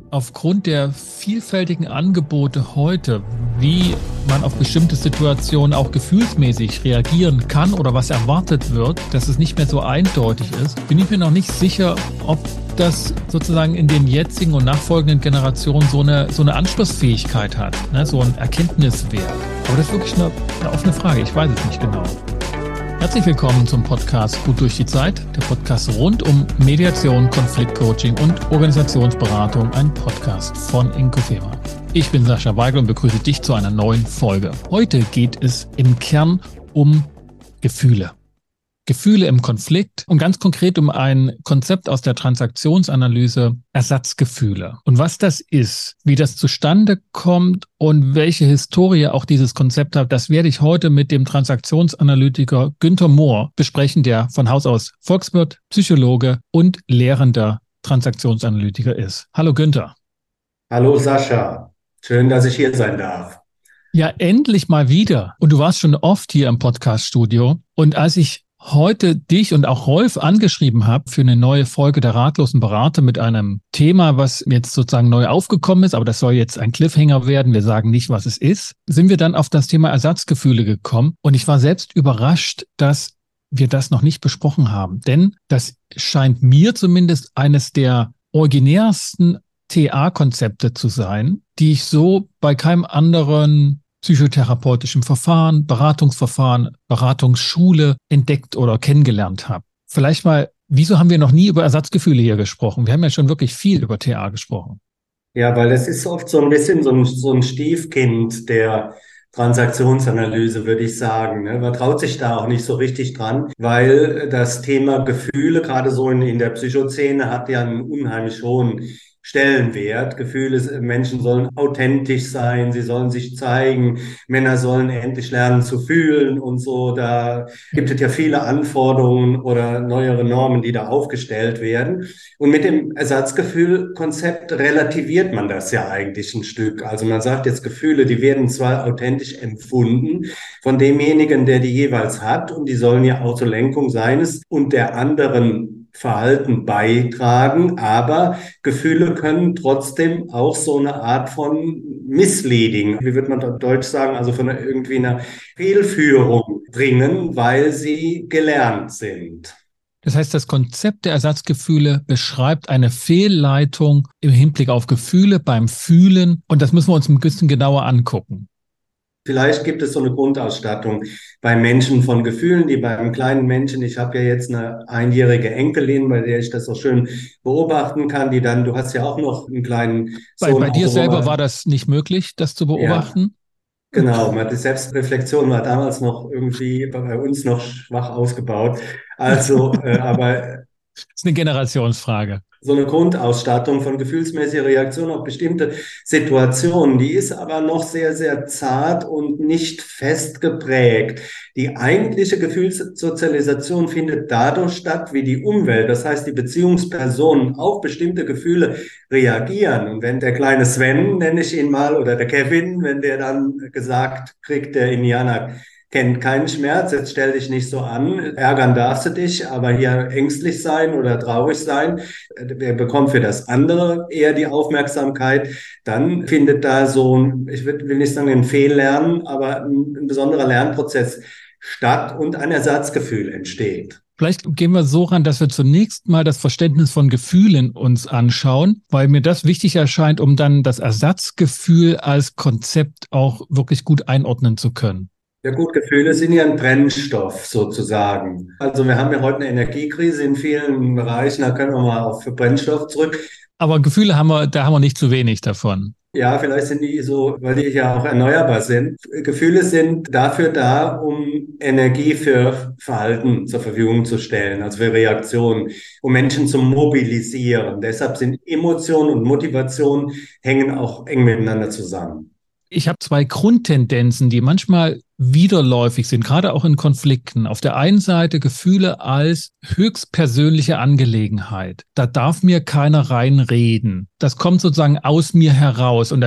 Aufgrund der vielfältigen Angebote heute, wie man auf bestimmte Situationen auch gefühlsmäßig reagieren kann oder was erwartet wird, dass es nicht mehr so eindeutig ist, bin ich mir noch nicht sicher, ob das sozusagen in den jetzigen und nachfolgenden Generationen so eine Anschlussfähigkeit hat, ne? So ein Erkenntniswert. Aber das ist wirklich eine offene Frage. Ich weiß es nicht genau. Herzlich willkommen zum Podcast Gut durch die Zeit, der Podcast rund um Mediation, Konfliktcoaching und Organisationsberatung, ein Podcast von Inkofema. Ich bin Sascha Weigel und begrüße dich zu einer neuen Folge. Heute geht es im Kern um Gefühle. Gefühle im Konflikt und ganz konkret um ein Konzept aus der Transaktionsanalyse, Ersatzgefühle. Und was das ist, wie das zustande kommt und welche Historie auch dieses Konzept hat, das werde ich heute mit dem Transaktionsanalytiker Günther Mohr besprechen, der von Haus aus Volkswirt, Psychologe und lehrender Transaktionsanalytiker ist. Hallo Günther. Hallo Sascha, schön, dass ich hier sein darf. Ja, endlich mal wieder. Und du warst schon oft hier im Podcaststudio. Und als ich heute dich und auch Rolf angeschrieben habe für eine neue Folge der Ratlosen Berater mit einem Thema, was jetzt sozusagen neu aufgekommen ist, aber das soll jetzt ein Cliffhanger werden, wir sagen nicht, was es ist, sind wir dann auf das Thema Ersatzgefühle gekommen. Und ich war selbst überrascht, dass wir das noch nicht besprochen haben. Denn das scheint mir zumindest eines der originärsten TA-Konzepte zu sein, die ich so bei keinem anderen psychotherapeutischen Verfahren, Beratungsverfahren, Beratungsschule entdeckt oder kennengelernt habe. Vielleicht mal, wieso haben wir noch nie über Ersatzgefühle hier gesprochen? Wir haben ja schon wirklich viel über TA gesprochen. Ja, weil es ist oft so ein bisschen so ein Stiefkind der Transaktionsanalyse, würde ich sagen. Man traut sich da auch nicht so richtig dran, weil das Thema Gefühle, gerade so in der Psychoszene, hat ja einen unheimlich hohen Stellenwert. Gefühle, Menschen sollen authentisch sein, sie sollen sich zeigen, Männer sollen endlich lernen zu fühlen und so. Da gibt es ja viele Anforderungen oder neuere Normen, die da aufgestellt werden. Und mit dem Ersatzgefühl-Konzept relativiert man das ja eigentlich ein Stück. Also man sagt jetzt, Gefühle, die werden zwar authentisch empfunden von demjenigen, der die jeweils hat, und die sollen ja auch zur Lenkung seines und der anderen Verhalten beitragen, aber Gefühle können trotzdem auch so eine Art von Misleading, wie wird man da deutsch sagen, also von irgendwie einer Fehlführung bringen, weil sie gelernt sind. Das heißt, das Konzept der Ersatzgefühle beschreibt eine Fehlleitung im Hinblick auf Gefühle beim Fühlen und das müssen wir uns ein bisschen genauer angucken. Vielleicht gibt es so eine Grundausstattung bei Menschen von Gefühlen, die beim kleinen Menschen, ich habe ja jetzt eine einjährige Enkelin, bei der ich das so schön beobachten kann, die dann, du hast ja auch noch einen kleinen Sohn. Bei dir selber war das nicht möglich, das zu beobachten? Ja, genau. Die Selbstreflexion war damals noch irgendwie bei uns noch schwach ausgebaut. Also, aber Das ist eine Generationsfrage. so eine Grundausstattung von gefühlsmäßiger Reaktion auf bestimmte Situationen, die ist aber noch sehr, sehr zart und nicht fest geprägt. Die eigentliche Gefühlssozialisation findet dadurch statt, wie die Umwelt, das heißt die Beziehungspersonen auf bestimmte Gefühle reagieren. Und wenn der kleine Sven, nenne ich ihn mal, oder der Kevin, wenn der dann gesagt kriegt, der Indianer kennt keinen Schmerz, jetzt stell dich nicht so an, ärgern darfst du dich, aber hier ängstlich sein oder traurig sein, wer bekommt für das andere eher die Aufmerksamkeit, dann findet da so ein, will nicht sagen ein Fehllernen, aber ein besonderer Lernprozess statt und ein Ersatzgefühl entsteht. Vielleicht gehen wir so ran, dass wir zunächst mal das Verständnis von Gefühlen uns anschauen, weil mir das wichtig erscheint, um dann das Ersatzgefühl als Konzept auch wirklich gut einordnen zu können. Ja gut, Gefühle sind ja ein Brennstoff sozusagen. Also wir haben ja heute eine Energiekrise in vielen Bereichen, da können wir mal auf Brennstoff zurück. Aber Gefühle da haben wir nicht zu wenig davon. Ja, vielleicht sind die so, weil die ja auch erneuerbar sind. Gefühle sind dafür da, um Energie für Verhalten zur Verfügung zu stellen, also für Reaktionen, um Menschen zu mobilisieren. Deshalb sind Emotionen und Motivation hängen auch eng miteinander zusammen. Ich habe zwei Grundtendenzen, die manchmal widerläufig sind, gerade auch in Konflikten. Auf der einen Seite Gefühle als höchstpersönliche Angelegenheit. Da darf mir keiner reinreden. Das kommt sozusagen aus mir heraus und da wird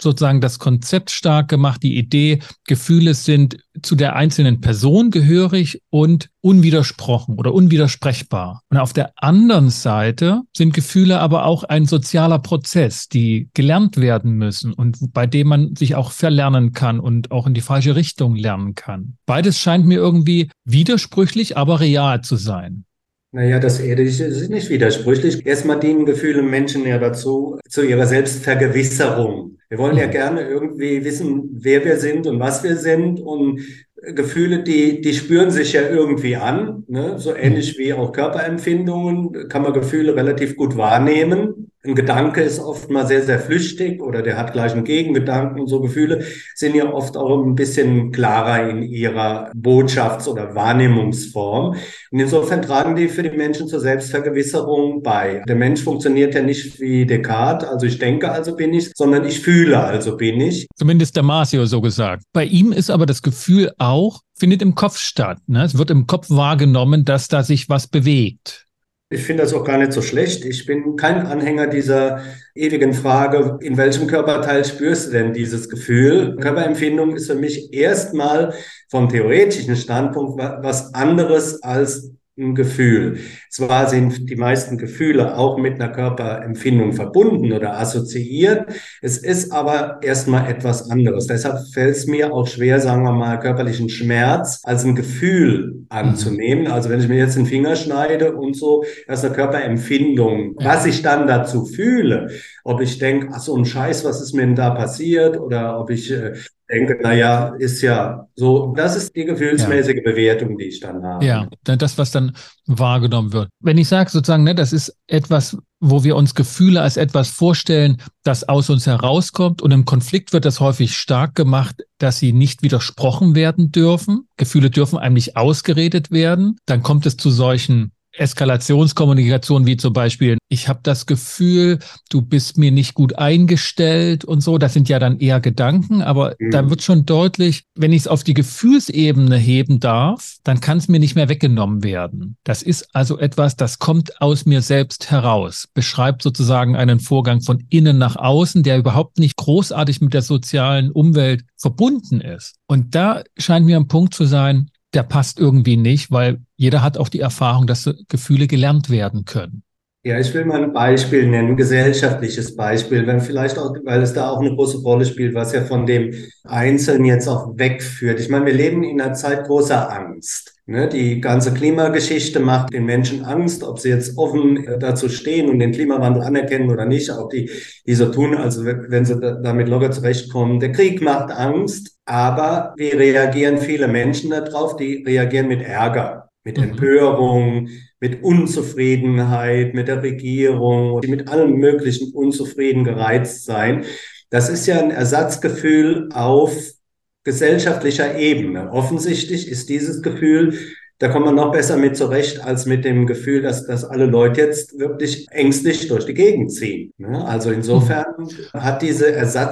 sozusagen das Konzept stark gemacht, die Idee, Gefühle sind zu der einzelnen Person gehörig und unwidersprochen oder unwidersprechbar. Und auf der anderen Seite sind Gefühle aber auch ein sozialer Prozess, die gelernt werden müssen und bei dem man sich auch verlernen kann und auch in die falsche Richtung lernen kann. Beides scheint mir irgendwie widersprüchlich, aber real zu sein. Naja, das Ethische ist nicht widersprüchlich. Erstmal dienen Gefühle Menschen ja dazu, zu ihrer Selbstvergewisserung. Wir wollen ja Mhm. gerne irgendwie wissen, wer wir sind und was wir sind. Und Gefühle, die spüren sich ja irgendwie an, ne? So Mhm. ähnlich wie auch Körperempfindungen, kann man Gefühle relativ gut wahrnehmen. Ein Gedanke ist oft mal sehr, sehr flüchtig oder der hat gleich einen Gegengedanken und so. Gefühle sind ja oft auch ein bisschen klarer in ihrer Botschafts- oder Wahrnehmungsform. Und insofern tragen die für die Menschen zur Selbstvergewisserung bei. Der Mensch funktioniert ja nicht wie Descartes, also ich denke, also bin ich, sondern ich fühle, also bin ich. Zumindest Damasio so gesagt. Bei ihm ist aber das Gefühl auch, findet im Kopf statt. Ne? Es wird im Kopf wahrgenommen, dass da sich was bewegt. Ich finde das auch gar nicht so schlecht. Ich bin kein Anhänger dieser ewigen Frage, in welchem Körperteil spürst du denn dieses Gefühl? Körperempfindung ist für mich erstmal vom theoretischen Standpunkt was anderes als ein Gefühl. Zwar sind die meisten Gefühle auch mit einer Körperempfindung verbunden oder assoziiert, es ist aber erstmal etwas anderes. Deshalb fällt es mir auch schwer, sagen wir mal, körperlichen Schmerz als ein Gefühl Mhm. anzunehmen. Also wenn ich mir jetzt den Finger schneide und so, das ist eine Körperempfindung. Ja. Was ich dann dazu fühle, ob ich denke, ach so ein Scheiß, was ist mir denn da passiert? Oder ob ich denke, naja, ist ja so, das ist die Ja. gefühlsmäßige Bewertung, die ich dann habe. Ja, das, was dann wahrgenommen wird. Wenn ich sage sozusagen, ne, das ist etwas, wo wir uns Gefühle als etwas vorstellen, das aus uns herauskommt und im Konflikt wird das häufig stark gemacht, dass sie nicht widersprochen werden dürfen. Gefühle dürfen einem nicht ausgeredet werden. Dann kommt es zu solchen Eskalationskommunikation, wie zum Beispiel, ich habe das Gefühl, du bist mir nicht gut eingestellt und so. Das sind ja dann eher Gedanken, aber da wird Hm. schon deutlich, wenn ich es auf die Gefühlsebene heben darf, dann kann es mir nicht mehr weggenommen werden. Das ist also etwas, das kommt aus mir selbst heraus, beschreibt sozusagen einen Vorgang von innen nach außen, der überhaupt nicht großartig mit der sozialen Umwelt verbunden ist. Und da scheint mir ein Punkt zu sein, der passt irgendwie nicht, weil jeder hat auch die Erfahrung, dass Gefühle gelernt werden können. Ja, ich will mal ein Beispiel nennen, ein gesellschaftliches Beispiel, wenn vielleicht auch, weil es da auch eine große Rolle spielt, was ja von dem Einzelnen jetzt auch wegführt. Ich meine, wir leben in einer Zeit großer Angst. Ne? Die ganze Klimageschichte macht den Menschen Angst, ob sie jetzt offen dazu stehen und den Klimawandel anerkennen oder nicht, auch die so tun, also wenn sie damit locker zurechtkommen. Der Krieg macht Angst, aber wie reagieren viele Menschen darauf? Die reagieren mit Ärger, mit Mhm. Empörung, mit Unzufriedenheit, mit der Regierung, die mit allem möglichen unzufrieden gereizt sein. Das ist ja ein Ersatzgefühl auf gesellschaftlicher Ebene. Offensichtlich ist dieses Gefühl, da kommt man noch besser mit zurecht als mit dem Gefühl, dass alle Leute jetzt wirklich ängstlich durch die Gegend ziehen. Ne? Also Mhm. insofern hat diese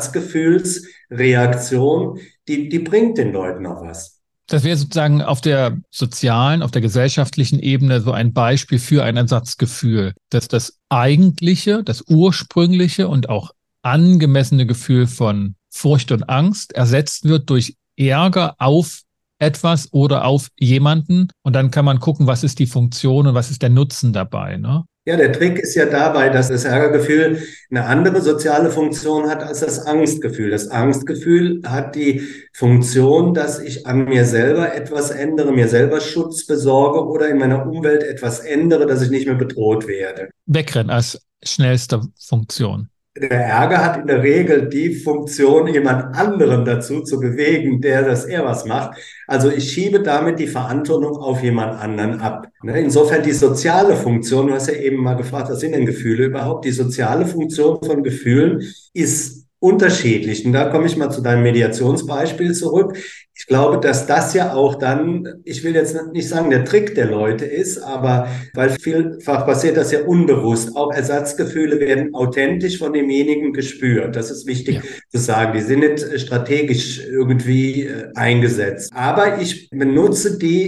Ersatzgefühlsreaktion, die bringt den Leuten auch was. Das wäre sozusagen auf der sozialen, auf der gesellschaftlichen Ebene so ein Beispiel für ein Ersatzgefühl, dass das eigentliche, das ursprüngliche und auch angemessene Gefühl von Furcht und Angst ersetzt wird durch Ärger auf etwas oder auf jemanden. Und dann kann man gucken, was ist die Funktion und was ist der Nutzen dabei, ne? Ja, der Trick ist ja dabei, dass das Ärgergefühl eine andere soziale Funktion hat als das Angstgefühl. Das Angstgefühl hat die Funktion, dass ich an mir selber etwas ändere, mir selber Schutz besorge oder in meiner Umwelt etwas ändere, dass ich nicht mehr bedroht werde. Wegrennen als schnellste Funktion. Der Ärger hat in der Regel die Funktion, jemand anderen dazu zu bewegen, dass er was macht. Also ich schiebe damit die Verantwortung auf jemand anderen ab. Ne? Insofern die soziale Funktion, du hast ja eben mal gefragt, was sind denn Gefühle überhaupt? Die soziale Funktion von Gefühlen ist unterschiedlich. Und da komme ich mal zu deinem Mediationsbeispiel zurück. Ich glaube, dass das ja auch dann, ich will jetzt nicht sagen, der Trick der Leute ist, aber weil vielfach passiert das ja unbewusst. Auch Ersatzgefühle werden authentisch von demjenigen gespürt. Das ist wichtig Ja. zu sagen. Die sind nicht strategisch irgendwie eingesetzt. Aber ich benutze die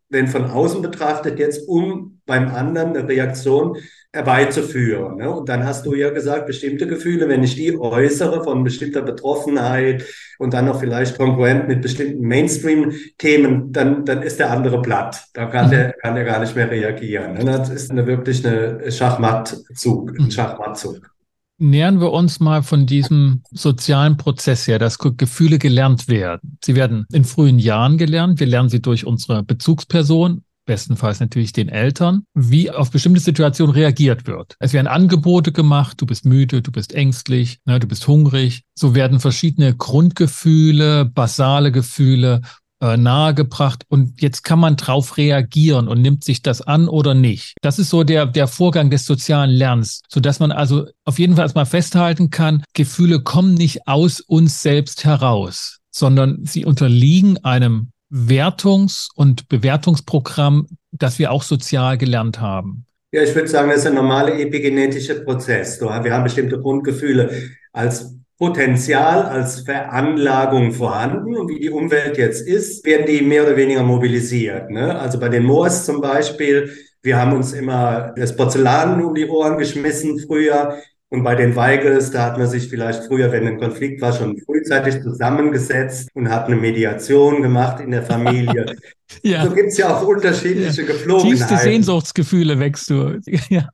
wenn von außen betrachtet jetzt, um beim anderen eine Reaktion herbeizuführen. Ne? Und dann hast du ja gesagt, bestimmte Gefühle, wenn ich die äußere von bestimmter Betroffenheit und dann noch vielleicht kongruent mit bestimmten Mainstream-Themen, dann ist der andere platt. Da kann der gar nicht mehr reagieren. Ne? Das ist wirklich ein Schachmattzug. Nähern wir uns mal von diesem sozialen Prozess her, dass Gefühle gelernt werden. Sie werden in frühen Jahren gelernt. Wir lernen sie durch unsere Bezugsperson, bestenfalls natürlich den Eltern, wie auf bestimmte Situationen reagiert wird. Es werden Angebote gemacht, du bist müde, du bist ängstlich, ne, du bist hungrig. So werden verschiedene Grundgefühle, basale Gefühle nahegebracht und jetzt kann man drauf reagieren und nimmt sich das an oder nicht. Das ist so der Vorgang des sozialen Lernens, sodass man also auf jeden Fall erstmal festhalten kann, Gefühle kommen nicht aus uns selbst heraus, sondern sie unterliegen einem Wertungs- und Bewertungsprogramm, das wir auch sozial gelernt haben. Ja, ich würde sagen, das ist ein normaler epigenetischer Prozess. Wir haben bestimmte Grundgefühle als Potenzial, als Veranlagung vorhanden. Und wie die Umwelt jetzt ist, werden die mehr oder weniger mobilisiert. Ne? Also bei den Moors zum Beispiel, wir haben uns immer das Porzellan um die Ohren geschmissen früher. Und bei den Weigels, da hat man sich vielleicht früher, wenn ein Konflikt war, schon frühzeitig zusammengesetzt und hat eine Mediation gemacht in der Familie. Ja, So gibt's ja auch ja. unterschiedliche Tiefste Gepflogenheiten. Sehnsuchtsgefühle wächst du. Ja.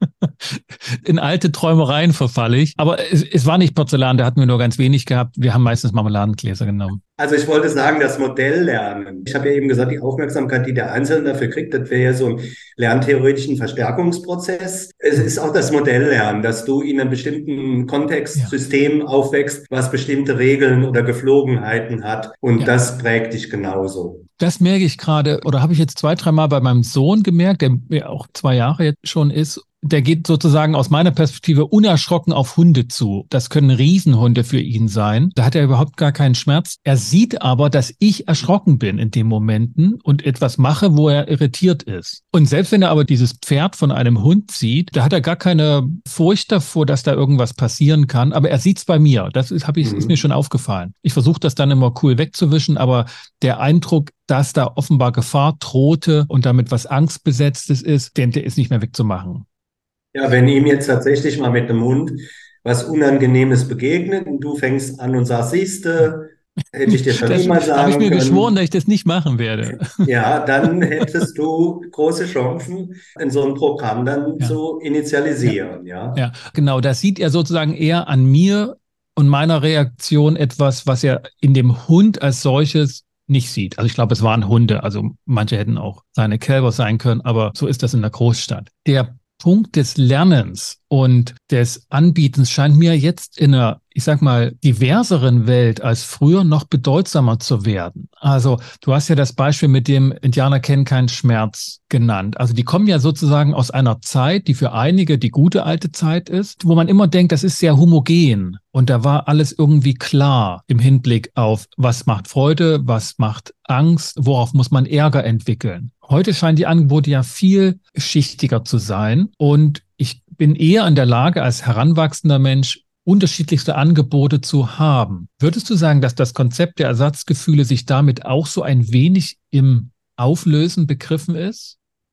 In alte Träumereien verfalle ich. Aber es war nicht Porzellan, da hatten wir nur ganz wenig gehabt. Wir haben meistens Marmeladengläser genommen. Also ich wollte sagen, das Modelllernen. Ich habe ja eben gesagt, die Aufmerksamkeit, die der Einzelne dafür kriegt, das wäre ja so ein lerntheoretischen Verstärkungsprozess. Es ist auch das Modelllernen, dass du in einem bestimmten Kontext, Ja, System aufwächst, was bestimmte Regeln oder Geflogenheiten hat. Und ja. das prägt dich genauso. Das merke ich gerade, oder habe ich jetzt 2, 3 Mal bei meinem Sohn gemerkt, der ja auch 2 Jahre jetzt schon ist. Der geht sozusagen aus meiner Perspektive unerschrocken auf Hunde zu. Das können Riesenhunde für ihn sein. Da hat er überhaupt gar keinen Schmerz. Er sieht aber, dass ich erschrocken bin in den Momenten und etwas mache, wo er irritiert ist. Und selbst wenn er aber dieses Pferd von einem Hund sieht, da hat er gar keine Furcht davor, dass da irgendwas passieren kann. Aber er sieht es bei mir. Das ist mir schon aufgefallen. Ich versuche das dann immer cool wegzuwischen, aber der Eindruck, dass da offenbar Gefahr drohte und damit was Angstbesetztes ist, der ist nicht mehr wegzumachen. Ja, wenn ihm jetzt tatsächlich mal mit einem Hund was Unangenehmes begegnet und du fängst an und sagst, siehste, hätte ich dir schon Das immer habe ich sagen mir geschworen, können. dass ich das nicht machen werde. Ja, dann hättest du große Chancen, in so ein Programm dann Ja, zu ja, initialisieren, ja. ja, genau. Da sieht er sozusagen eher an mir und meiner Reaktion etwas, was er in dem Hund als solches nicht sieht. Also ich glaube, es waren Hunde. Also manche hätten auch seine Kälber sein können, aber so ist das in der Großstadt. Der Punkt des Lernens und des Anbietens scheint mir jetzt in einer, ich sag mal, diverseren Welt als früher noch bedeutsamer zu werden. Also du hast ja das Beispiel mit dem Indianer kennen keinen Schmerz genannt. Also die kommen ja sozusagen aus einer Zeit, die für einige die gute alte Zeit ist, wo man immer denkt, das ist sehr homogen. Und da war alles irgendwie klar im Hinblick auf, was macht Freude, was macht Angst, worauf muss man Ärger entwickeln. Heute scheinen die Angebote ja viel schichtiger zu sein und ich bin eher in der Lage, als heranwachsender Mensch unterschiedlichste Angebote zu haben. Würdest du sagen, dass das Konzept der Ersatzgefühle sich damit auch so ein wenig im Auflösen begriffen ist?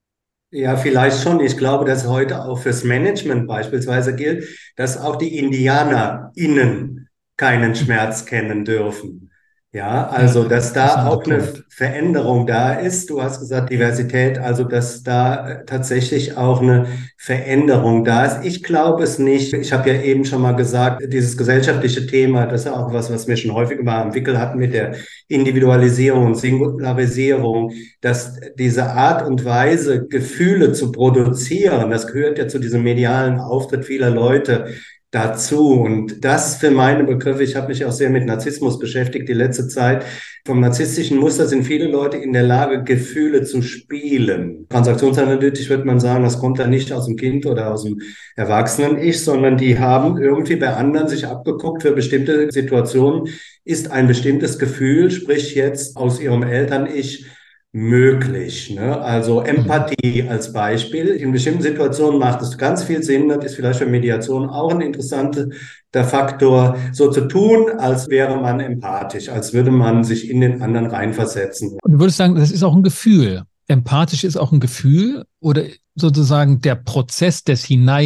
Ja, vielleicht schon. Ich glaube, dass heute auch fürs Management beispielsweise gilt, dass auch die IndianerInnen keinen Schmerz kennen dürfen. Ja, Ja, also, dass da interessanter auch eine Punkt. Veränderung da ist. Du hast gesagt Diversität, also, dass da tatsächlich auch eine Veränderung da ist. Ich glaube es nicht. Ich habe ja eben schon mal gesagt, dieses gesellschaftliche Thema, das ist ja auch was, was wir schon häufig mal am Wickel hatten mit der Individualisierung und Singularisierung, dass diese Art und Weise, Gefühle zu produzieren, das gehört ja zu diesem medialen Auftritt vieler Leute dazu. Und das für meine Begriffe, ich habe mich auch sehr mit Narzissmus beschäftigt die letzte Zeit. Vom narzisstischen Muster sind viele Leute in der Lage, Gefühle zu spielen. Transaktionsanalytisch würde man sagen, das kommt dann nicht aus dem Kind oder aus dem Erwachsenen-Ich, sondern die haben irgendwie bei anderen sich abgeguckt für bestimmte Situationen, ist ein bestimmtes Gefühl, sprich jetzt aus ihrem Eltern-Ich, möglich. Ne? Also Mhm. Empathie als Beispiel. In bestimmten Situationen macht es ganz viel Sinn, das ist vielleicht für Mediation auch ein interessanter Faktor, so zu tun, als wäre man empathisch, als würde man sich in den anderen reinversetzen. Und du würdest sagen, das ist auch ein Gefühl. empathisch ist auch ein Gefühl oder sozusagen der Prozess des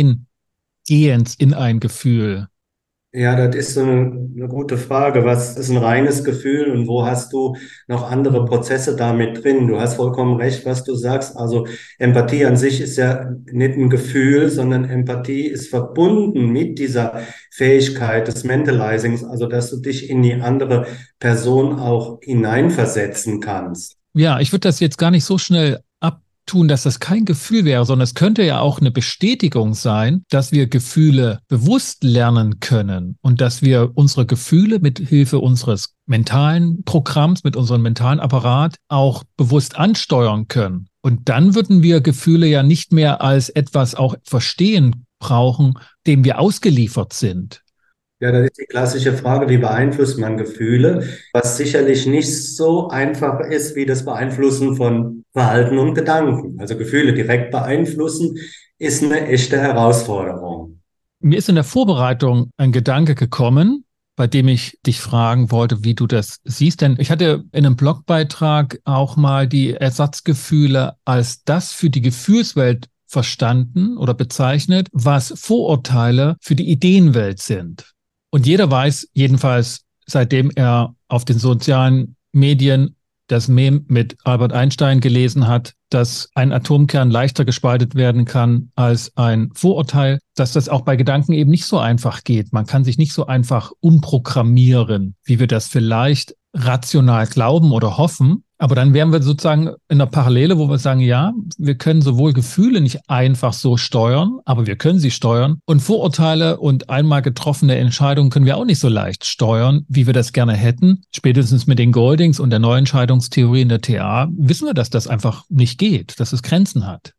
Hineingehens in ein Gefühl? Ja, das ist so eine gute Frage. Was ist ein reines Gefühl und wo hast du noch andere Hm. Prozesse damit drin? Du hast vollkommen recht, was du sagst. Also Empathie an sich ist ja nicht ein Gefühl, sondern Empathie ist verbunden mit dieser Fähigkeit des Mentalizings, also dass du dich in die andere Person auch hineinversetzen kannst. Ja, ich würde das jetzt gar nicht so schnell abtun, dass das kein Gefühl wäre, sondern es könnte ja auch eine Bestätigung sein, dass wir Gefühle bewusst lernen können und dass wir unsere Gefühle mit Hilfe unseres mentalen Programms, mit unserem mentalen Apparat auch bewusst ansteuern können. Und dann würden wir Gefühle ja nicht mehr als etwas auch verstehen brauchen, dem wir ausgeliefert sind. Ja, das ist die klassische Frage, wie beeinflusst man Gefühle? Was sicherlich nicht so einfach ist wie das Beeinflussen von Verhalten und Gedanken. Also Gefühle direkt beeinflussen ist eine echte Herausforderung. Mir ist in der Vorbereitung ein Gedanke gekommen, bei dem ich dich fragen wollte, wie du das siehst. Denn ich hatte in einem Blogbeitrag auch mal die Ersatzgefühle als das für die Gefühlswelt verstanden oder bezeichnet, was Vorurteile für die Ideenwelt sind. Und jeder weiß, jedenfalls seitdem er auf den sozialen Medien das Meme mit Albert Einstein gelesen hat, dass ein Atomkern leichter gespaltet werden kann als ein Vorurteil, dass das auch bei Gedanken eben nicht so einfach geht. Man kann sich nicht so einfach umprogrammieren, wie wir das vielleicht rational glauben oder hoffen. Aber dann wären wir sozusagen in einer Parallele, wo wir sagen, ja, wir können sowohl Gefühle nicht einfach so steuern, aber wir können sie steuern. Und Vorurteile und einmal getroffene Entscheidungen können wir auch nicht so leicht steuern, wie wir das gerne hätten. Spätestens mit den Goldings und der Neuentscheidungstheorie in der TA wissen wir, dass das einfach nicht geht, dass es Grenzen hat.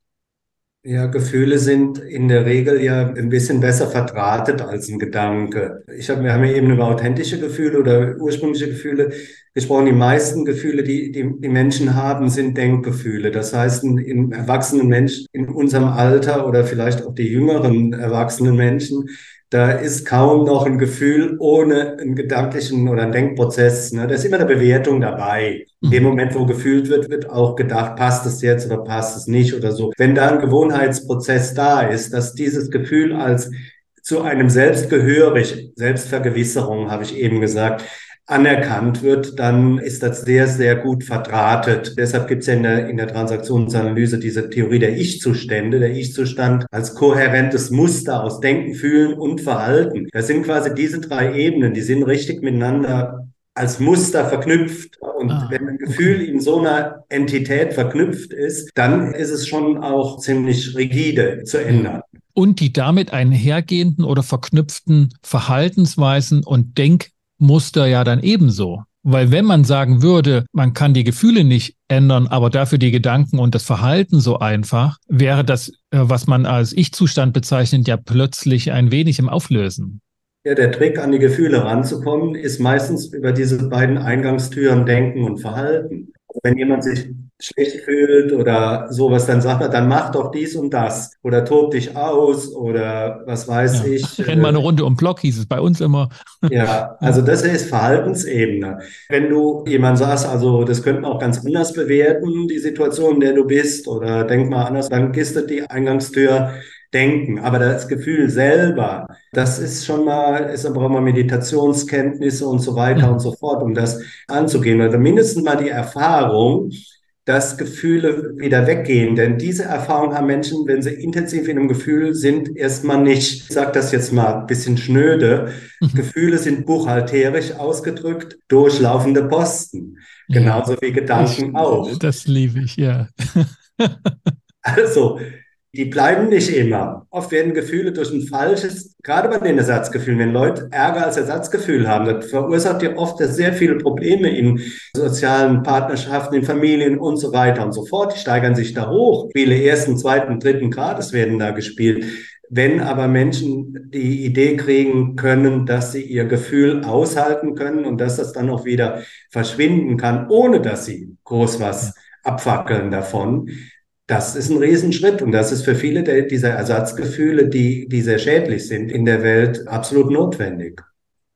Ja, Gefühle sind in der Regel ja ein bisschen besser verdrahtet als ein Gedanke. Wir haben ja eben über authentische Gefühle oder ursprüngliche Gefühle gesprochen. Die meisten Gefühle, die Menschen haben, sind Denkgefühle. Das heißt, ein erwachsenen Mensch in unserem Alter oder vielleicht auch die jüngeren erwachsenen Menschen, da ist kaum noch ein Gefühl ohne einen gedanklichen oder einen Denkprozess. Ne? Da ist immer eine Bewertung dabei. In dem Mhm. Moment, wo gefühlt wird, wird auch gedacht, passt es jetzt oder passt es nicht oder so. Wenn da ein Gewohnheitsprozess da ist, dass dieses Gefühl als zu einem selbst gehörig, Selbstvergewisserung, habe ich eben gesagt, anerkannt wird, dann ist das sehr, sehr gut verdrahtet. Deshalb gibt es ja in der Transaktionsanalyse diese Theorie der Ich-Zustände, der Ich-Zustand als kohärentes Muster aus Denken, Fühlen und Verhalten. Das sind quasi diese drei Ebenen, die sind richtig miteinander als Muster verknüpft. Und wenn Ah, ein Gefühl okay. in so einer Entität verknüpft ist, dann ist es schon auch ziemlich rigide zu Ja. ändern. Und die damit einhergehenden oder verknüpften Verhaltensweisen und Denkmuster ja dann ebenso. Weil wenn man sagen würde, man kann die Gefühle nicht ändern, aber dafür die Gedanken und das Verhalten so einfach, wäre das, was man als Ich-Zustand bezeichnet, ja plötzlich ein wenig im Auflösen. Ja, der Trick, an die Gefühle ranzukommen, ist meistens über diese beiden Eingangstüren Denken und Verhalten. Wenn jemand sich schlecht fühlt oder sowas, dann sagt er, dann mach doch dies und das oder tob dich aus oder was weiß Ja. ich. Renn mal eine Runde um den Block, hieß es bei uns immer. Ja, Ja. also das ist Verhaltensebene. Wenn du jemand sagst, also das könnte man auch ganz anders bewerten, die Situation, in der du bist, oder denk mal anders, dann gehst du die Eingangstür denken. Aber das Gefühl selber, das ist schon mal, ist aber auch mal Meditationskenntnisse und so weiter und Mhm. so fort, um das anzugehen. Oder mindestens mal die Erfahrung, dass Gefühle wieder weggehen. Denn diese Erfahrung haben Menschen, wenn sie intensiv in einem Gefühl sind, erstmal nicht. Ich sage das jetzt mal ein bisschen schnöde. Mhm. Gefühle sind buchhalterisch ausgedrückt durchlaufende Posten. Ja, Genauso wie Gedanken auch. das liebe ich, ja. Also, die bleiben nicht immer. Oft werden Gefühle durch ein falsches, gerade bei den Ersatzgefühlen, wenn Leute Ärger als Ersatzgefühl haben, das verursacht ja oft sehr viele Probleme in sozialen Partnerschaften, in Familien und so weiter und so fort. Die steigern sich da hoch. Spiele ersten, zweiten, dritten Grades werden da gespielt. Wenn aber Menschen die Idee kriegen können, dass sie ihr Gefühl aushalten können und dass das dann auch wieder verschwinden kann, ohne dass sie groß Ja. was abfackeln davon, das ist ein Riesenschritt und das ist für viele dieser Ersatzgefühle, die sehr schädlich sind in der Welt, absolut notwendig.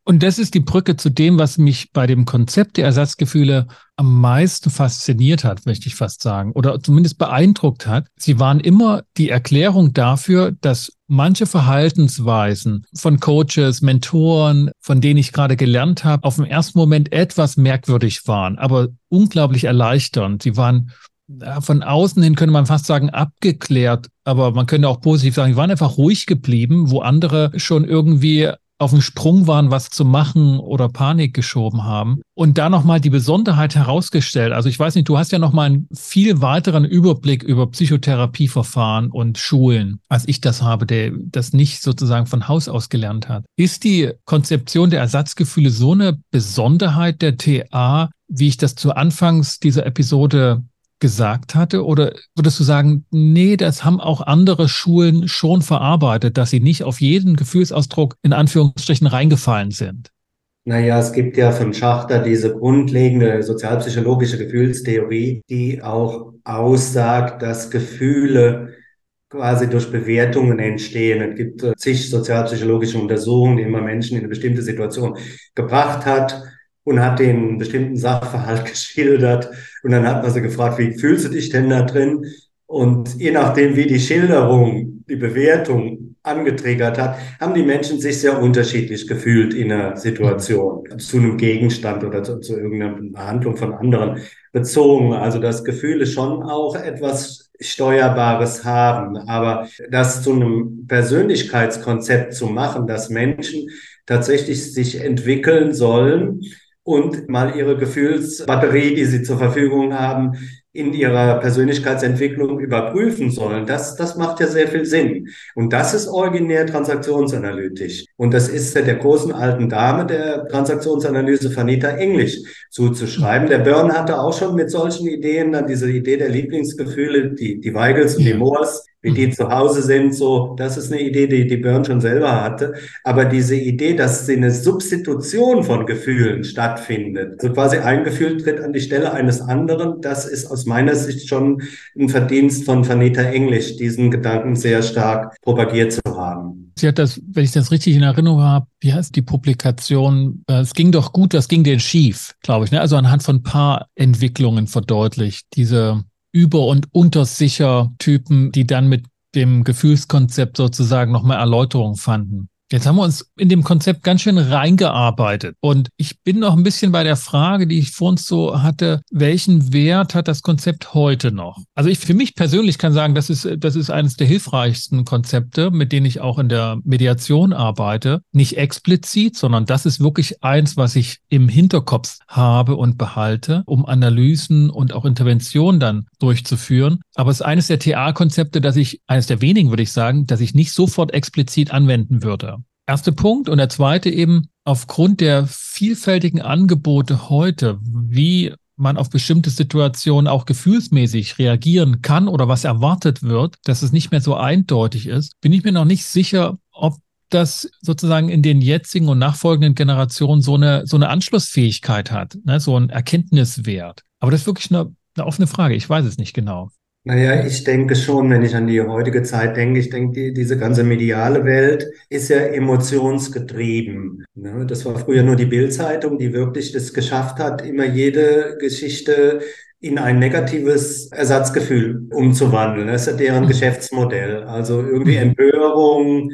Und das ist die Brücke zu dem, was mich bei dem Konzept der Ersatzgefühle am meisten fasziniert hat, möchte ich fast sagen, oder zumindest beeindruckt hat. Sie waren immer die Erklärung dafür, dass manche Verhaltensweisen von Coaches, Mentoren, von denen ich gerade gelernt habe, auf den ersten Moment etwas merkwürdig waren, aber unglaublich erleichternd. Sie waren von außen hin, könnte man fast sagen, abgeklärt, aber man könnte auch positiv sagen, sie waren einfach ruhig geblieben, wo andere schon irgendwie auf dem Sprung waren, was zu machen oder Panik geschoben haben. Und da nochmal die Besonderheit herausgestellt. Also ich weiß nicht, du hast ja nochmal einen viel weiteren Überblick über Psychotherapieverfahren und Schulen, als ich das habe, der das nicht sozusagen von Haus aus gelernt hat. Ist die Konzeption der Ersatzgefühle so eine Besonderheit der TA, wie ich das zu Anfangs dieser Episode gesagt hatte? Oder würdest du sagen, nee, das haben auch andere Schulen schon verarbeitet, dass sie nicht auf jeden Gefühlsausdruck in Anführungsstrichen reingefallen sind? Naja, es gibt ja von Schachter diese grundlegende sozialpsychologische Gefühlstheorie, die auch aussagt, dass Gefühle quasi durch Bewertungen entstehen. Es gibt zig sozialpsychologische Untersuchungen, die man Menschen in eine bestimmte Situation gebracht hat und hat den einen bestimmten Sachverhalt geschildert. Und dann hat man sie gefragt, wie fühlst du dich denn da drin? Und je nachdem, wie die Schilderung, die Bewertung angetriggert hat, haben die Menschen sich sehr unterschiedlich gefühlt in einer Situation, zu einem Gegenstand oder zu irgendeiner Behandlung von anderen bezogen. Also dass Gefühle schon auch etwas Steuerbares haben, aber das zu einem Persönlichkeitskonzept zu machen, dass Menschen tatsächlich sich entwickeln sollen und mal ihre Gefühlsbatterie, die sie zur Verfügung haben, in ihrer Persönlichkeitsentwicklung überprüfen sollen. Das macht ja sehr viel Sinn. Und das ist originär transaktionsanalytisch. Und das ist der großen alten Dame der Transaktionsanalyse, Vanita English, zuzuschreiben. Der Byrne hatte auch schon mit solchen Ideen dann diese Idee der Lieblingsgefühle, die Weigels und die Ja. Moores, wie die zu Hause sind, so, das ist eine Idee, die Byrne schon selber hatte. Aber diese Idee, dass eine Substitution von Gefühlen stattfindet, also quasi ein Gefühl tritt an die Stelle eines anderen, das ist aus meiner Sicht schon ein Verdienst von Vanita English, diesen Gedanken sehr stark propagiert zu haben. Sie hat das, wenn ich das richtig in Erinnerung habe, wie heißt die Publikation? Es ging doch gut, das ging denen schief, glaube ich. Ne? Also anhand von ein paar Entwicklungen verdeutlicht, diese Über- und Untersicher-Typen, die dann mit dem Gefühlskonzept sozusagen nochmal Erläuterung fanden. Jetzt haben wir uns in dem Konzept ganz schön reingearbeitet. Und ich bin noch ein bisschen bei der Frage, die ich vor uns so hatte, welchen Wert hat das Konzept heute noch? Also ich für mich persönlich kann sagen, das ist eines der hilfreichsten Konzepte, mit denen ich auch in der Mediation arbeite. Nicht explizit, sondern das ist wirklich eins, was ich im Hinterkopf habe und behalte, um Analysen und auch Interventionen dann durchzuführen. Aber es ist eines der TA-Konzepte, eines der wenigen, würde ich sagen, dass ich nicht sofort explizit anwenden würde. Erster Punkt. Und der zweite eben, aufgrund der vielfältigen Angebote heute, wie man auf bestimmte Situationen auch gefühlsmäßig reagieren kann oder was erwartet wird, dass es nicht mehr so eindeutig ist, bin ich mir noch nicht sicher, ob das sozusagen in den jetzigen und nachfolgenden Generationen so eine Anschlussfähigkeit hat, ne, so einen Erkenntniswert. Aber das ist wirklich eine offene Frage. Ich weiß es nicht genau. Naja, ich denke schon, wenn ich an die heutige Zeit denke, ich denke, diese ganze mediale Welt ist ja emotionsgetrieben. Ne? Das war früher nur die Bild-Zeitung, die wirklich das geschafft hat, immer jede Geschichte in ein negatives Ersatzgefühl umzuwandeln. Das ist ja deren Geschäftsmodell. Also irgendwie Empörung,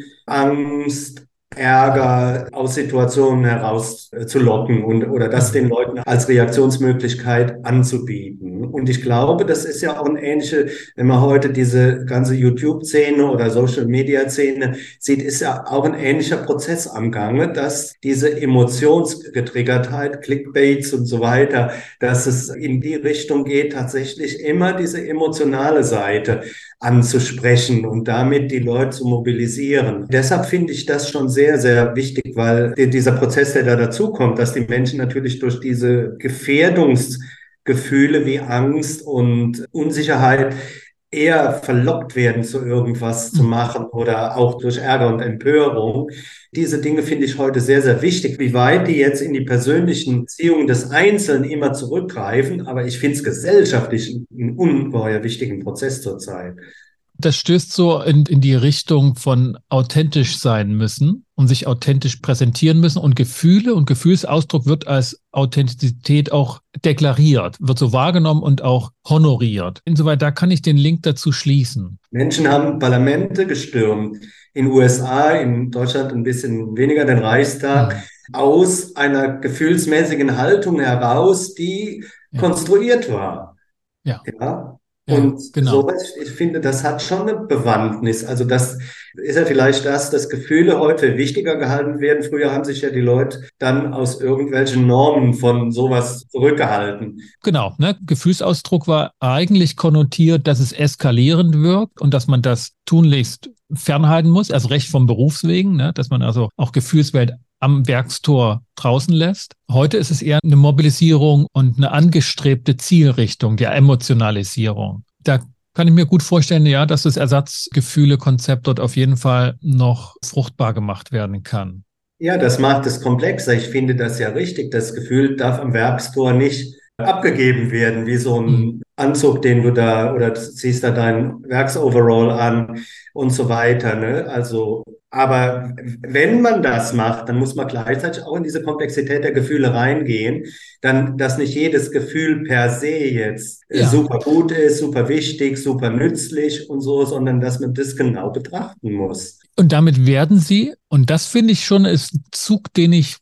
Angst, Ärger aus Situationen heraus zu locken und oder das den Leuten als Reaktionsmöglichkeit anzubieten. Und ich glaube, das ist ja auch ein ähnliche, wenn man heute diese ganze YouTube-Szene oder Social-Media-Szene sieht, ist ja auch ein ähnlicher Prozess am Gange, dass diese Emotionsgetriggertheit, Clickbaits und so weiter, dass es in die Richtung geht, tatsächlich immer diese emotionale Seite anzusprechen und damit die Leute zu mobilisieren. Deshalb finde ich das schon sehr, sehr wichtig, weil dieser Prozess, der da dazukommt, dass die Menschen natürlich durch diese Gefährdungsgefühle wie Angst und Unsicherheit eher verlockt werden, zu irgendwas zu machen oder auch durch Ärger und Empörung. Diese Dinge finde ich heute sehr, sehr wichtig. Wie weit die jetzt in die persönlichen Beziehungen des Einzelnen immer zurückgreifen, aber ich finde es gesellschaftlich einen ungeheuer wichtigen Prozess zurzeit. Das stößt so in die Richtung von authentisch sein müssen und sich authentisch präsentieren müssen. Und Gefühle und Gefühlsausdruck wird als Authentizität auch deklariert, wird so wahrgenommen und auch honoriert. Insoweit, da kann ich den Link dazu schließen. Menschen haben Parlamente gestürmt, in USA, in Deutschland ein bisschen weniger, den Reichstag, aus einer gefühlsmäßigen Haltung heraus, die Ja. konstruiert war. Ja. Ja. Ja, Und genau. sowas, ich finde, das hat schon eine Bewandtnis. Also das ist ja vielleicht das, dass Gefühle heute wichtiger gehalten werden. Früher haben sich ja die Leute dann aus irgendwelchen Normen von sowas zurückgehalten. Genau, ne? Gefühlsausdruck war eigentlich konnotiert, dass es eskalierend wirkt und dass man das tunlichst fernhalten muss, erst recht vom Berufswegen, ne? Dass man also auch Gefühlswelt am Werkstor draußen lässt. Heute ist es eher eine Mobilisierung und eine angestrebte Zielrichtung der Emotionalisierung. Da kann ich mir gut vorstellen, ja, dass das Ersatzgefühle-Konzept dort auf jeden Fall noch fruchtbar gemacht werden kann. Ja, das macht es komplexer. Ich finde das ja richtig. Das Gefühl darf am Werkstor nicht abgegeben werden, wie so Hm. ein Anzug, den du da, oder du ziehst da dein Werksoverall an und so weiter, ne? Also, aber wenn man das macht, dann muss man gleichzeitig auch in diese Komplexität der Gefühle reingehen, dann, dass nicht jedes Gefühl per se jetzt Ja, super gut ist, super wichtig, super nützlich und so, sondern dass man das genau betrachten muss. und damit werden sie, und das finde ich schon, ist ein Zug, den ich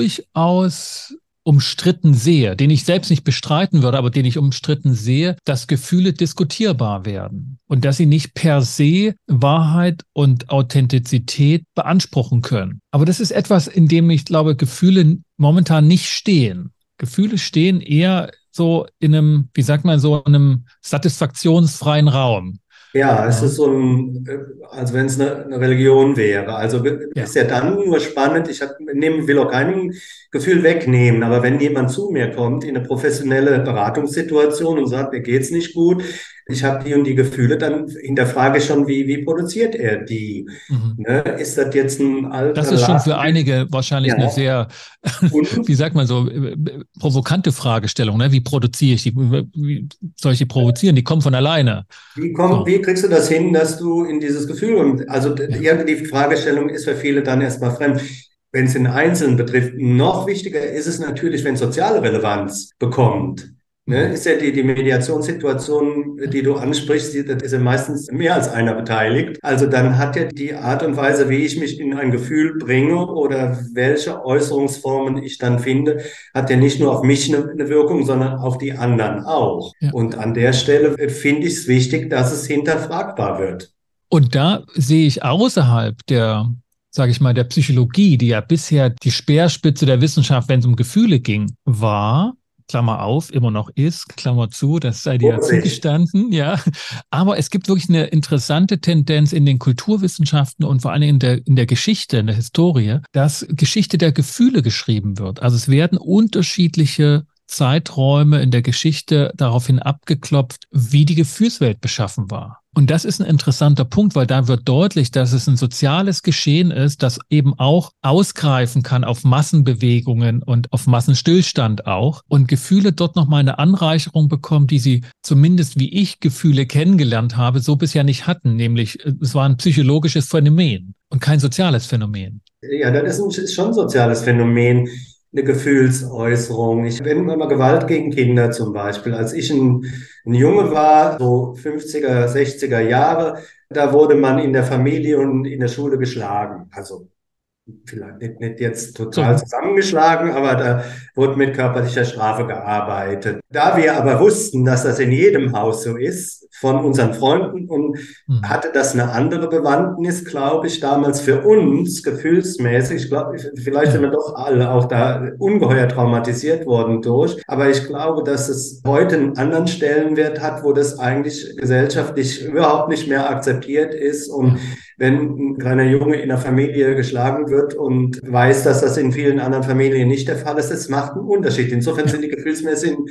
durchaus umstritten sehe, den ich selbst nicht bestreiten würde, aber den ich umstritten sehe, dass Gefühle diskutierbar werden und dass sie nicht per se Wahrheit und Authentizität beanspruchen können. Aber das ist etwas, in dem ich glaube, Gefühle momentan nicht stehen. Gefühle stehen eher so in einem, wie sagt man, so einem satisfaktionsfreien Raum. Ja, es Ja, ist so ein, als wenn es eine Religion wäre. Also ist ja. ja dann nur spannend. Will auch keinem Gefühl wegnehmen, aber wenn jemand zu mir kommt in eine professionelle Beratungssituation und sagt, mir geht's nicht gut, ich habe die und die Gefühle, dann hinterfrage ich schon, wie produziert er die? Mhm. Ne? Ist das jetzt ein Das alter ist schon für Laden? einige wahrscheinlich eine Ja. sehr, wie Und sagt man so, provokante Fragestellung. Ne? Wie produziere ich die? Wie soll ich die provozieren? Die kommen von alleine. So, wie kriegst du das hin, dass du in dieses Gefühl kommst? Also ja. ja, die Fragestellung ist für viele dann erstmal fremd. Wenn es den Einzelnen betrifft, noch wichtiger ist es natürlich, wenn es soziale Relevanz bekommt. Ne? Mhm. Ist ja die Mediationssituation, Ja. die du ansprichst, das ist ja meistens mehr als einer beteiligt. Also dann hat ja die Art und Weise, wie ich mich in ein Gefühl bringe oder welche Äußerungsformen ich dann finde, hat ja nicht nur auf mich eine Wirkung, sondern auf die anderen auch. Ja. Und an der Stelle finde ich es wichtig, dass es hinterfragbar wird. Und da sehe ich außerhalb der, sage ich mal, der Psychologie, die ja bisher die Speerspitze der Wissenschaft, wenn es um Gefühle ging, war, Klammer auf, immer noch ist, Klammer zu, das sei dir ja Vorsicht. zugestanden, ja. Aber es gibt wirklich eine interessante Tendenz in den Kulturwissenschaften und vor allen Dingen in der Geschichte, in der Historie, dass Geschichte der Gefühle geschrieben wird. Also es werden unterschiedliche Zeiträume in der Geschichte daraufhin abgeklopft, wie die Gefühlswelt beschaffen war. Und das ist ein interessanter Punkt, weil da wird deutlich, dass es ein soziales Geschehen ist, das eben auch ausgreifen kann auf Massenbewegungen und auf Massenstillstand auch und Gefühle dort nochmal eine Anreicherung bekommen, die sie zumindest wie ich Gefühle kennengelernt habe, so bisher nicht hatten, nämlich es war ein psychologisches Phänomen und kein soziales Phänomen. Ja, ist schon ein soziales Phänomen, eine Gefühlsäußerung. Wenn immer Gewalt gegen Kinder zum Beispiel. Als ich ein Junge war, so 50er, 60er Jahre, da wurde man in der Familie und in der Schule geschlagen. Also vielleicht nicht jetzt total So, zusammengeschlagen, aber da wurde mit körperlicher Strafe gearbeitet. Da wir aber wussten, dass das in jedem Haus so ist, von unseren Freunden und hm, hatte das eine andere Bewandtnis, glaube ich, damals für uns gefühlsmäßig. Ich glaube, vielleicht sind ja. wir doch alle auch da ungeheuer traumatisiert worden durch. Aber ich glaube, dass es heute einen anderen Stellenwert hat, wo das eigentlich gesellschaftlich überhaupt nicht mehr akzeptiert ist. Und Ja. wenn ein kleiner Junge in der Familie geschlagen wird und weiß, dass das in vielen anderen Familien nicht der Fall ist, es macht einen Unterschied. Insofern Ja. sind die gefühlsmäßigen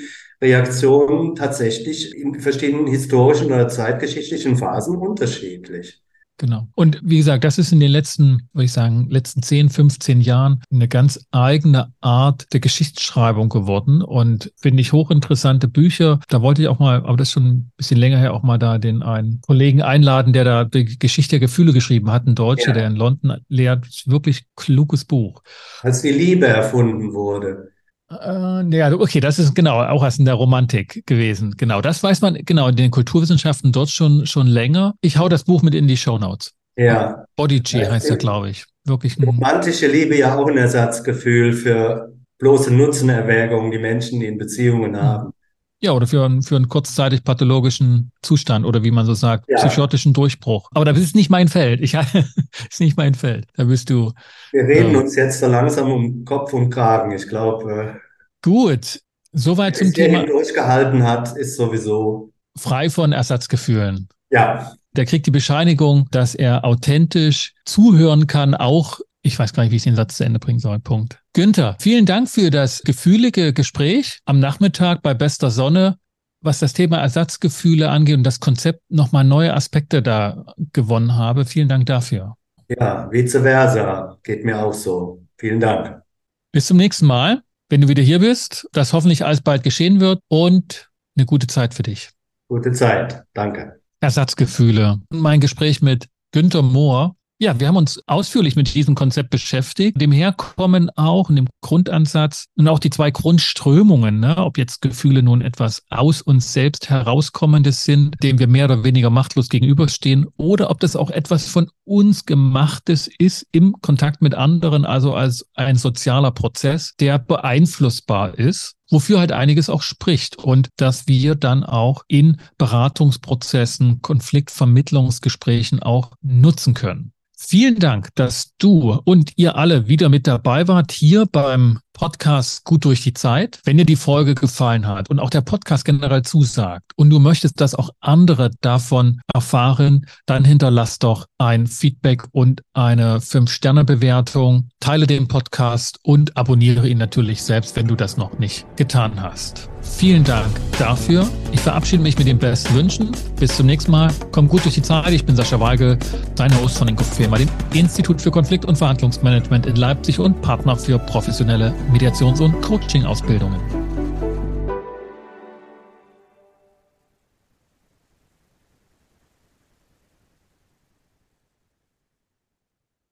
Reaktionen tatsächlich in verschiedenen historischen oder zeitgeschichtlichen Phasen unterschiedlich. Genau. Und wie gesagt, das ist in den letzten, würde ich sagen, letzten 10, 15 Jahren eine ganz eigene Art der Geschichtsschreibung geworden und finde ich hochinteressante Bücher. Da wollte ich auch mal, aber das ist schon ein bisschen länger her, auch mal da den einen Kollegen einladen, der da die Geschichte der Gefühle geschrieben hat, ein Deutscher, der in London lehrt. Wirklich kluges Buch. Als die Liebe erfunden wurde. Ja, okay, das ist genau auch aus in der Romantik gewesen. Genau, das weiß man genau in den Kulturwissenschaften dort schon länger. Ich hau das Buch mit in die Shownotes. Ja. Bodyg heißt er, glaube ich. Wirklich ein Romantische Liebe ja auch ein Ersatzgefühl für bloße Nutzenerwägungen, die Menschen in Beziehungen haben. ja, oder für einen kurzzeitig pathologischen Zustand oder wie man so sagt, Ja, psychotischen Durchbruch. Aber das ist nicht mein Feld. Ist nicht mein Feld. Da bist du wir reden uns jetzt so langsam um Kopf und Kragen. Ich glaube, gut. Soweit wer zum bis hierhin Thema durchgehalten hat, ist sowieso, frei von Ersatzgefühlen. ja, Der kriegt die Bescheinigung, dass er authentisch zuhören kann, auch, ich weiß gar nicht, wie ich den Satz zu Ende bringen soll. Punkt. Günther, vielen Dank für das gefühlige Gespräch am Nachmittag bei bester Sonne, was das Thema Ersatzgefühle angeht und das Konzept nochmal neue Aspekte da gewonnen habe. Vielen Dank dafür. ja, vice versa. Geht mir auch so. Vielen Dank. Bis zum nächsten Mal, wenn du wieder hier bist, dass hoffentlich alles bald geschehen wird und eine gute Zeit für dich. Gute Zeit. Danke. Ersatzgefühle. Mein Gespräch mit Günther Mohr. Ja, wir haben uns ausführlich mit diesem Konzept beschäftigt, dem Herkommen auch und dem Grundansatz und auch die zwei Grundströmungen, ne? Ob jetzt Gefühle nun etwas aus uns selbst herauskommendes sind, dem wir mehr oder weniger machtlos gegenüberstehen, oder ob das auch etwas von uns gemachtes ist im Kontakt mit anderen, also als ein sozialer Prozess, der beeinflussbar ist, wofür halt einiges auch spricht und dass wir dann auch in Beratungsprozessen, Konfliktvermittlungsgesprächen auch nutzen können. Vielen Dank, dass du und ihr alle wieder mit dabei wart hier beim Podcast Gut durch die Zeit. Wenn dir die Folge gefallen hat und auch der Podcast generell zusagt und du möchtest, dass auch andere davon erfahren, dann hinterlass doch ein Feedback und eine 5-Sterne-Bewertung. Teile den Podcast und abonniere ihn natürlich selbst, wenn du das noch nicht getan hast. Vielen Dank dafür. Ich verabschiede mich mit den besten Wünschen. Bis zum nächsten Mal. Komm gut durch die Zeit. Ich bin Sascha Weigel, dein Host von Inkofirma, dem Institut für Konflikt- und Verhandlungsmanagement in Leipzig und Partner für professionelle Mediations- und Coaching-Ausbildungen.